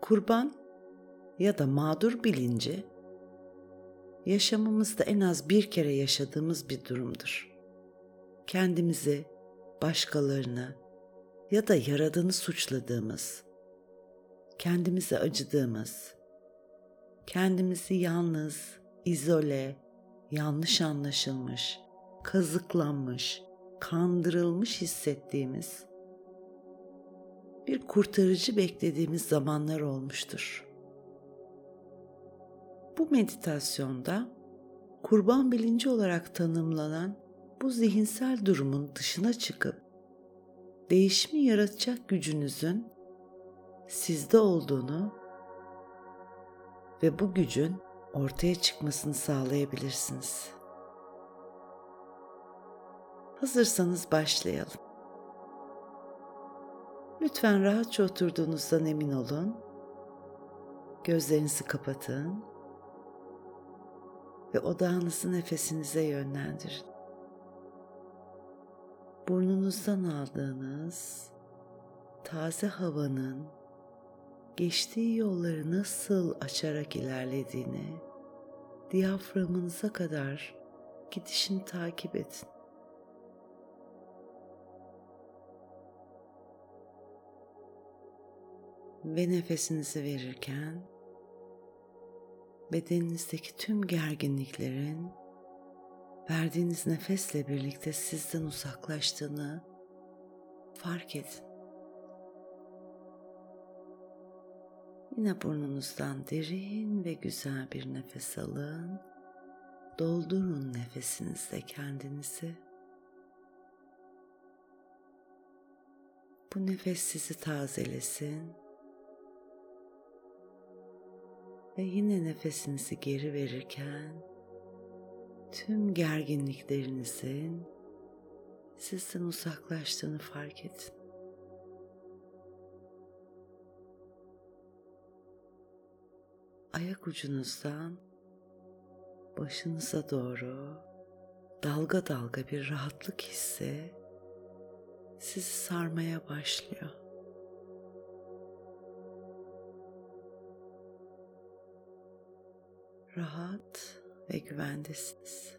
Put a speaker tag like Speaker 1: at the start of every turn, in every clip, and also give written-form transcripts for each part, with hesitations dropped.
Speaker 1: Kurban ya da mağdur bilinci, yaşamımızda en az bir kere yaşadığımız bir durumdur. Kendimizi, başkalarını ya da Yaradan'ı suçladığımız, kendimize acıdığımız, kendimizi yalnız, izole, yanlış anlaşılmış, kazıklanmış, kandırılmış hissettiğimiz, bir kurtarıcı beklediğimiz zamanlar olmuştur. Bu meditasyonda kurban bilinci olarak tanımlanan bu zihinsel durumun dışına çıkıp değişimi yaratacak gücünüzün sizde olduğunu ve bu gücün ortaya çıkmasını sağlayabilirsiniz. Hazırsanız başlayalım. Lütfen rahatça oturduğunuzdan emin olun. Gözlerinizi kapatın ve odağınızı nefesinize yönlendirin. Burnunuzdan aldığınız taze havanın geçtiği yolları nasıl açarak ilerlediğini, diyaframınıza kadar gidişini takip edin. Ve nefesinizi verirken bedeninizdeki tüm gerginliklerin verdiğiniz nefesle birlikte sizden uzaklaştığını fark edin. Yine burnunuzdan derin ve güzel bir nefes alın. Doldurun nefesinizle kendinizi. Bu nefes sizi tazelesin. Ve yine nefesinizi geri verirken tüm gerginliklerinizin sizden uzaklaştığını fark edin. Ayak ucunuzdan başınıza doğru dalga dalga bir rahatlık hissi sizi sarmaya başlıyor. Rahat ve güvendesiniz.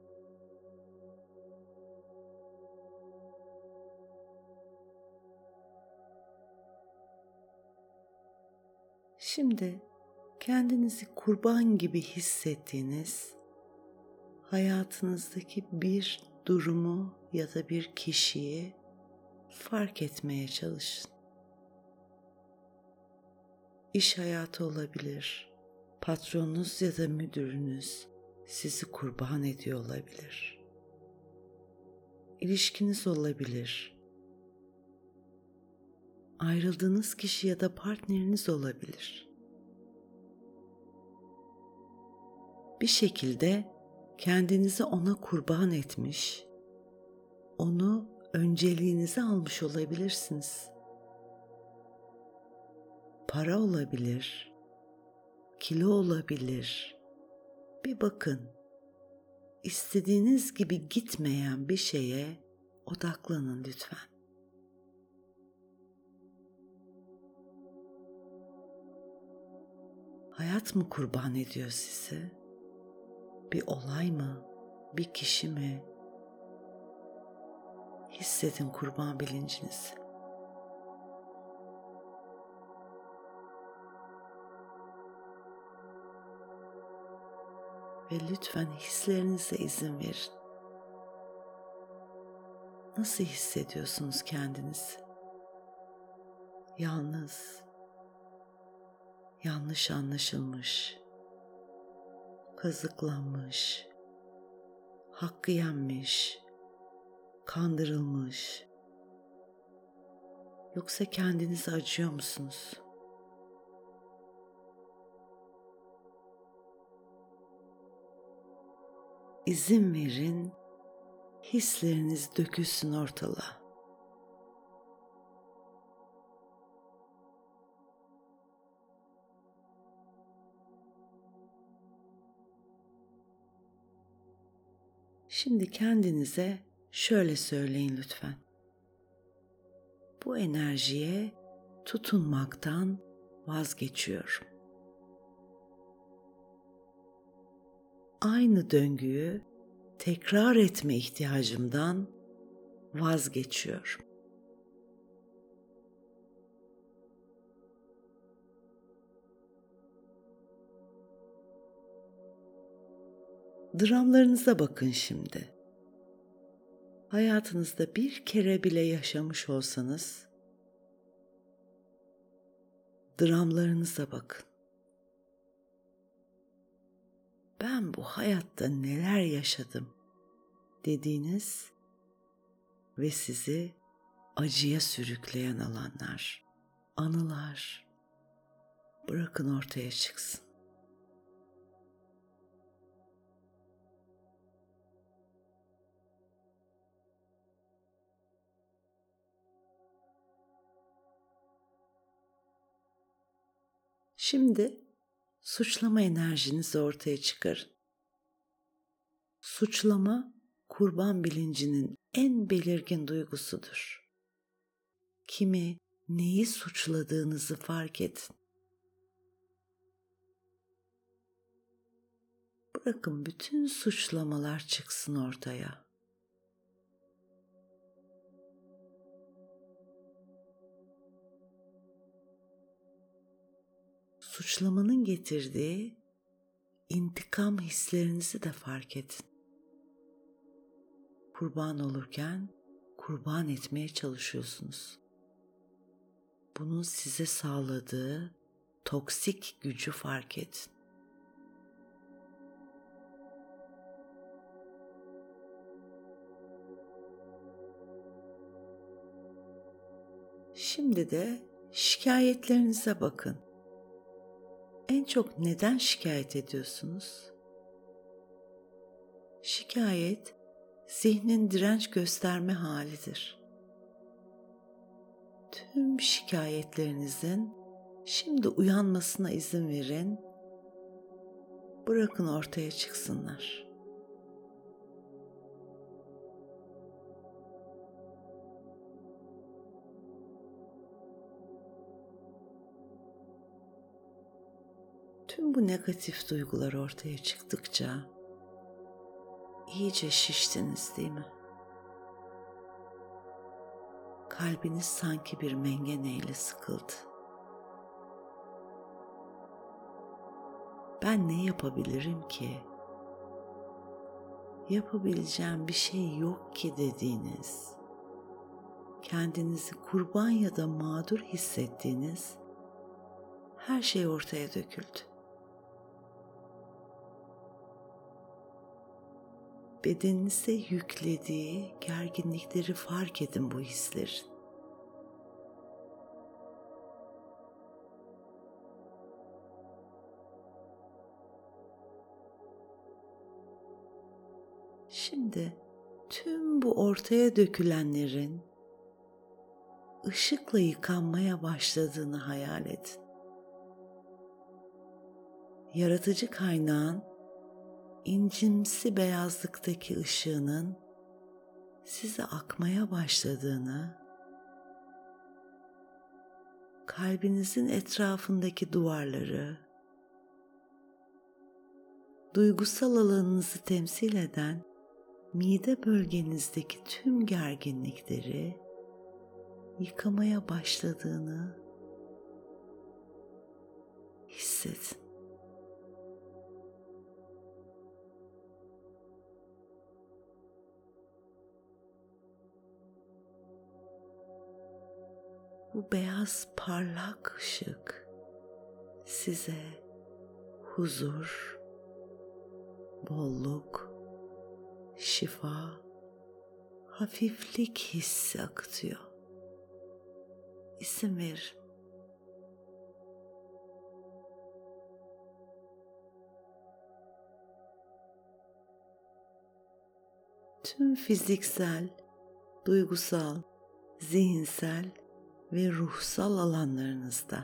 Speaker 1: Şimdi kendinizi kurban gibi hissettiğiniz hayatınızdaki bir durumu ya da bir kişiyi fark etmeye çalışın. İş hayatı olabilir, patronunuz ya da müdürünüz sizi kurban ediyor olabilir. İlişkiniz olabilir. Ayrıldığınız kişi ya da partneriniz olabilir. Bir şekilde kendinizi ona kurban etmiş, onu önceliğinize almış olabilirsiniz. Para olabilir, kilo olabilir. Bir bakın, istediğiniz gibi gitmeyen bir şeye odaklanın lütfen. Hayat mı kurban ediyor sizi? Bir olay mı? Bir kişi mi? Hissedin kurban bilincinizi. Ve lütfen hislerinize izin verin. Nasıl hissediyorsunuz kendinizi? Yalnız, yanlış anlaşılmış, kazıklanmış, hakkı yenmiş, kandırılmış. Yoksa kendinize acıyor musunuz? İzin verin, hisleriniz dökülsün ortalığa. Şimdi kendinize şöyle söyleyin lütfen. Bu enerjiye tutunmaktan vazgeçiyorum. Aynı döngüyü tekrar etme ihtiyacımdan vazgeçiyorum. Dramlarınıza bakın şimdi. Hayatınızda bir kere bile yaşamış olsanız, dramlarınıza bakın. Ben bu hayatta neler yaşadım dediğiniz ve sizi acıya sürükleyen alanlar, anılar bırakın ortaya çıksın. Şimdi suçlama enerjinizi ortaya çıkarın. Suçlama, kurban bilincinin en belirgin duygusudur. Kimi, neyi suçladığınızı fark edin. Bırakın bütün suçlamalar çıksın ortaya. Suçlamanın getirdiği intikam hislerinizi de fark edin. Kurban olurken kurban etmeye çalışıyorsunuz. Bunun size sağladığı toksik gücü fark edin. Şimdi de şikayetlerinize bakın. En çok neden şikayet ediyorsunuz? Şikayet, zihnin direnç gösterme halidir. Tüm şikayetlerinizin şimdi uyanmasına izin verin. Bırakın ortaya çıksınlar. Tüm bu negatif duygular ortaya çıktıkça iyice şiştiniz, değil mi? Kalbiniz sanki bir mengeneyle sıkıldı. Ben ne yapabilirim ki? Yapabileceğim bir şey yok ki dediğiniz, kendinizi kurban ya da mağdur hissettiğiniz her şey ortaya döküldü. Bedeninize yüklediği gerginlikleri fark edin bu hislerin. Şimdi tüm bu ortaya dökülenlerin ışıkla yıkanmaya başladığını hayal edin. Yaratıcı kaynağın incimsi beyazlıktaki ışığının size akmaya başladığını, kalbinizin etrafındaki duvarları, duygusal alanınızı temsil eden mide bölgenizdeki tüm gerginlikleri yıkamaya başladığını hissedin. Bu beyaz parlak ışık size huzur, bolluk, şifa, hafiflik hissi akıtıyor. İzin verin. Tüm fiziksel, duygusal, zihinsel ve ruhsal alanlarınızda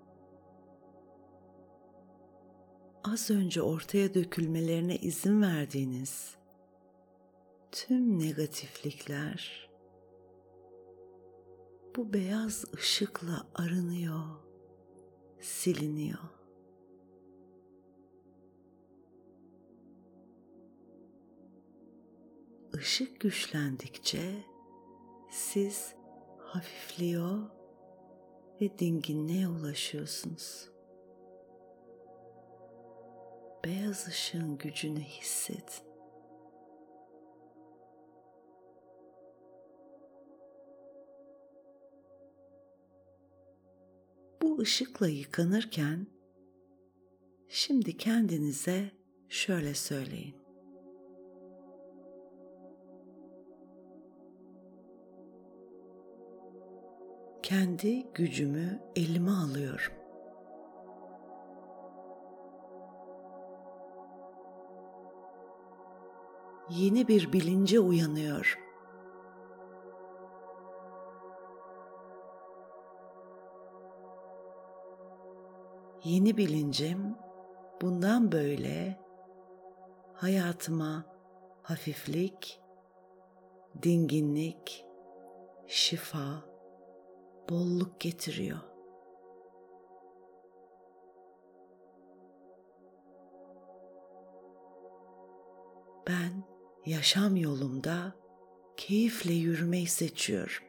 Speaker 1: az önce ortaya dökülmelerine izin verdiğiniz tüm negatiflikler bu beyaz ışıkla arınıyor, siliniyor. Işık güçlendikçe siz hafifliyor ve dinginliğe ulaşıyorsunuz. Beyaz ışığın gücünü hissedin. Bu ışıkla yıkanırken şimdi kendinize şöyle söyleyin. Kendi gücümü elime alıyorum. Yeni bir bilince uyanıyorum. Yeni bilincim bundan böyle hayatıma hafiflik, dinginlik, şifa, bolluk getiriyor. Ben yaşam yolumda keyifle yürümeyi seçiyorum.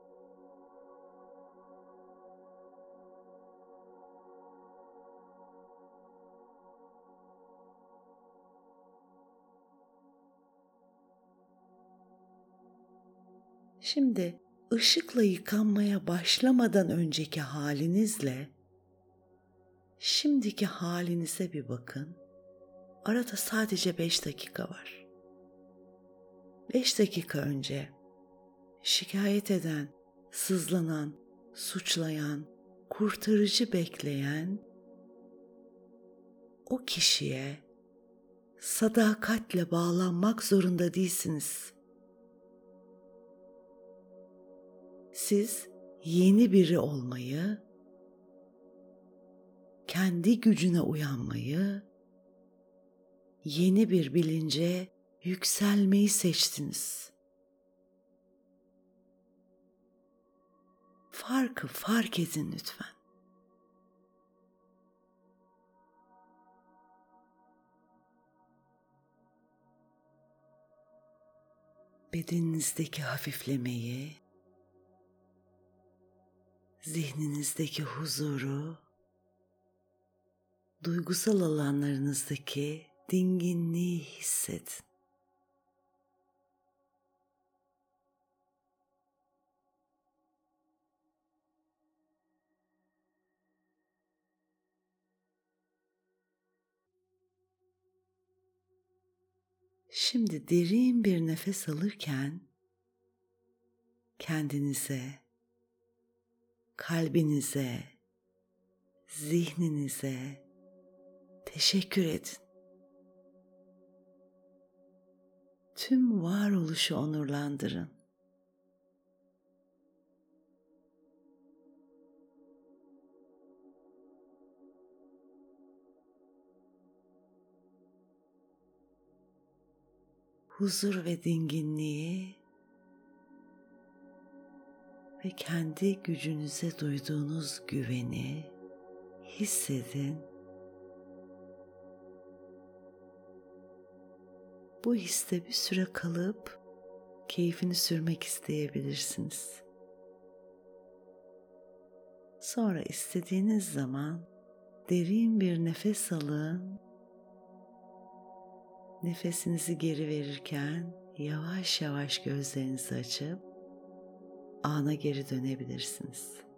Speaker 1: Şimdi ışıkla yıkanmaya başlamadan önceki halinizle şimdiki halinize bir bakın. Arada sadece 5 dakika var. 5 dakika önce şikayet eden, sızlanan, suçlayan, kurtarıcı bekleyen o kişiye sadakatle bağlanmak zorunda değilsiniz. Siz yeni biri olmayı, kendi gücüne uyanmayı, yeni bir bilince yükselmeyi seçtiniz. Farkı fark edin lütfen. Bedeninizdeki hafiflemeyi, zihninizdeki huzuru, duygusal alanlarınızdaki dinginliği hissedin. Şimdi derin bir nefes alırken kendinize, kalbinize, zihninize teşekkür edin. Tüm varoluşu onurlandırın. Huzur ve dinginliği ve kendi gücünüze duyduğunuz güveni hissedin. Bu histe bir süre kalıp keyfini sürmek isteyebilirsiniz. Sonra istediğiniz zaman derin bir nefes alın. Nefesinizi geri verirken yavaş yavaş gözlerinizi açıp ana geri dönebilirsiniz.